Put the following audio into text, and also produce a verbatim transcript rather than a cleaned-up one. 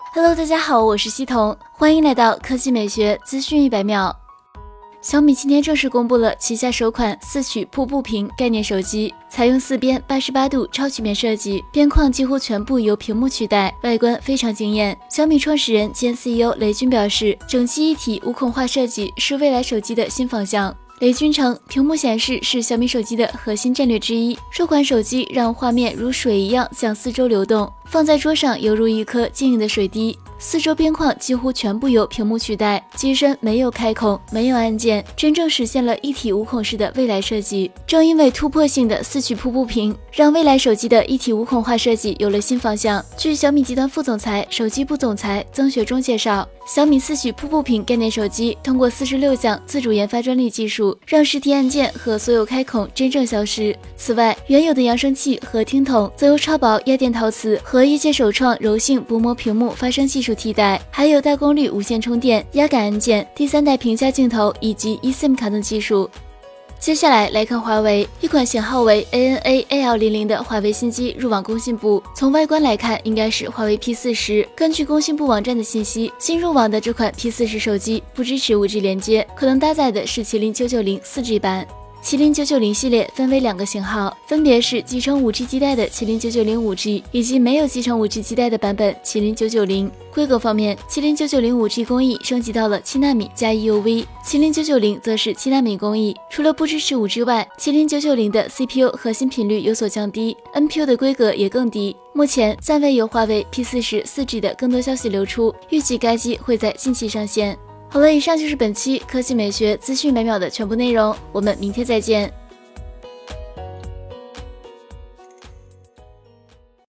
Hello， 大家好，我是西彤，欢迎来到科技美学资讯一百秒。小米今天正式公布了旗下首款四曲瀑布屏概念手机，采用四边八十八度超曲面设计，边框几乎全部由屏幕取代，外观非常惊艳。小米创始人兼 C E O 雷军表示，整机一体无孔化设计是未来手机的新方向。雷军称，屏幕显示是小米手机的核心战略之一。这款手机让画面如水一样向四周流动，放在桌上犹如一颗晶莹的水滴。四周边框几乎全部由屏幕取代，机身没有开孔，没有按键，真正实现了一体无孔式的未来设计。正因为突破性的四曲瀑布屏，让未来手机的一体无孔化设计有了新方向。据小米集团副总裁、手机部总裁曾学忠介绍，小米四曲瀑布屏概念手机通过四十六项自主研发专利技术，让实体按键和所有开孔真正消失。此外，原有的扬声器和听筒则由超薄压电陶瓷和业界首创柔性薄膜屏幕发声技术替代，还有大功率无线充电、压感按键、第三代屏下镜头以及 eSIM 卡等技术。接下来来看华为，一款型号为 A N A A L 零零的华为新机入网工信部。从外观来看，应该是华为 P 四十。根据工信部网站的信息，新入网的这款 P 四十手机不支持 五 G 连接，可能搭载的是麒麟九九零 四 G 版。麒麟九九零系列分为两个型号，分别是继承 五 G 基带的麒麟九九零 五 G 以及没有继承 五 G 基带的版本麒麟九九零。规格方面，麒麟九九零 五 G 工艺升级到了七纳米加 E U V， 麒麟九九零则是七纳米工艺。除了不支持 五 G 外，麒麟九九零的 C P U 核心频率有所降低， N P U 的规格也更低。目前暂未有华为 P 四十 四 G 的更多消息流出，预计该机会在近期上线。好了，以上就是本期科技美学资讯百秒的全部内容，我们明天再见。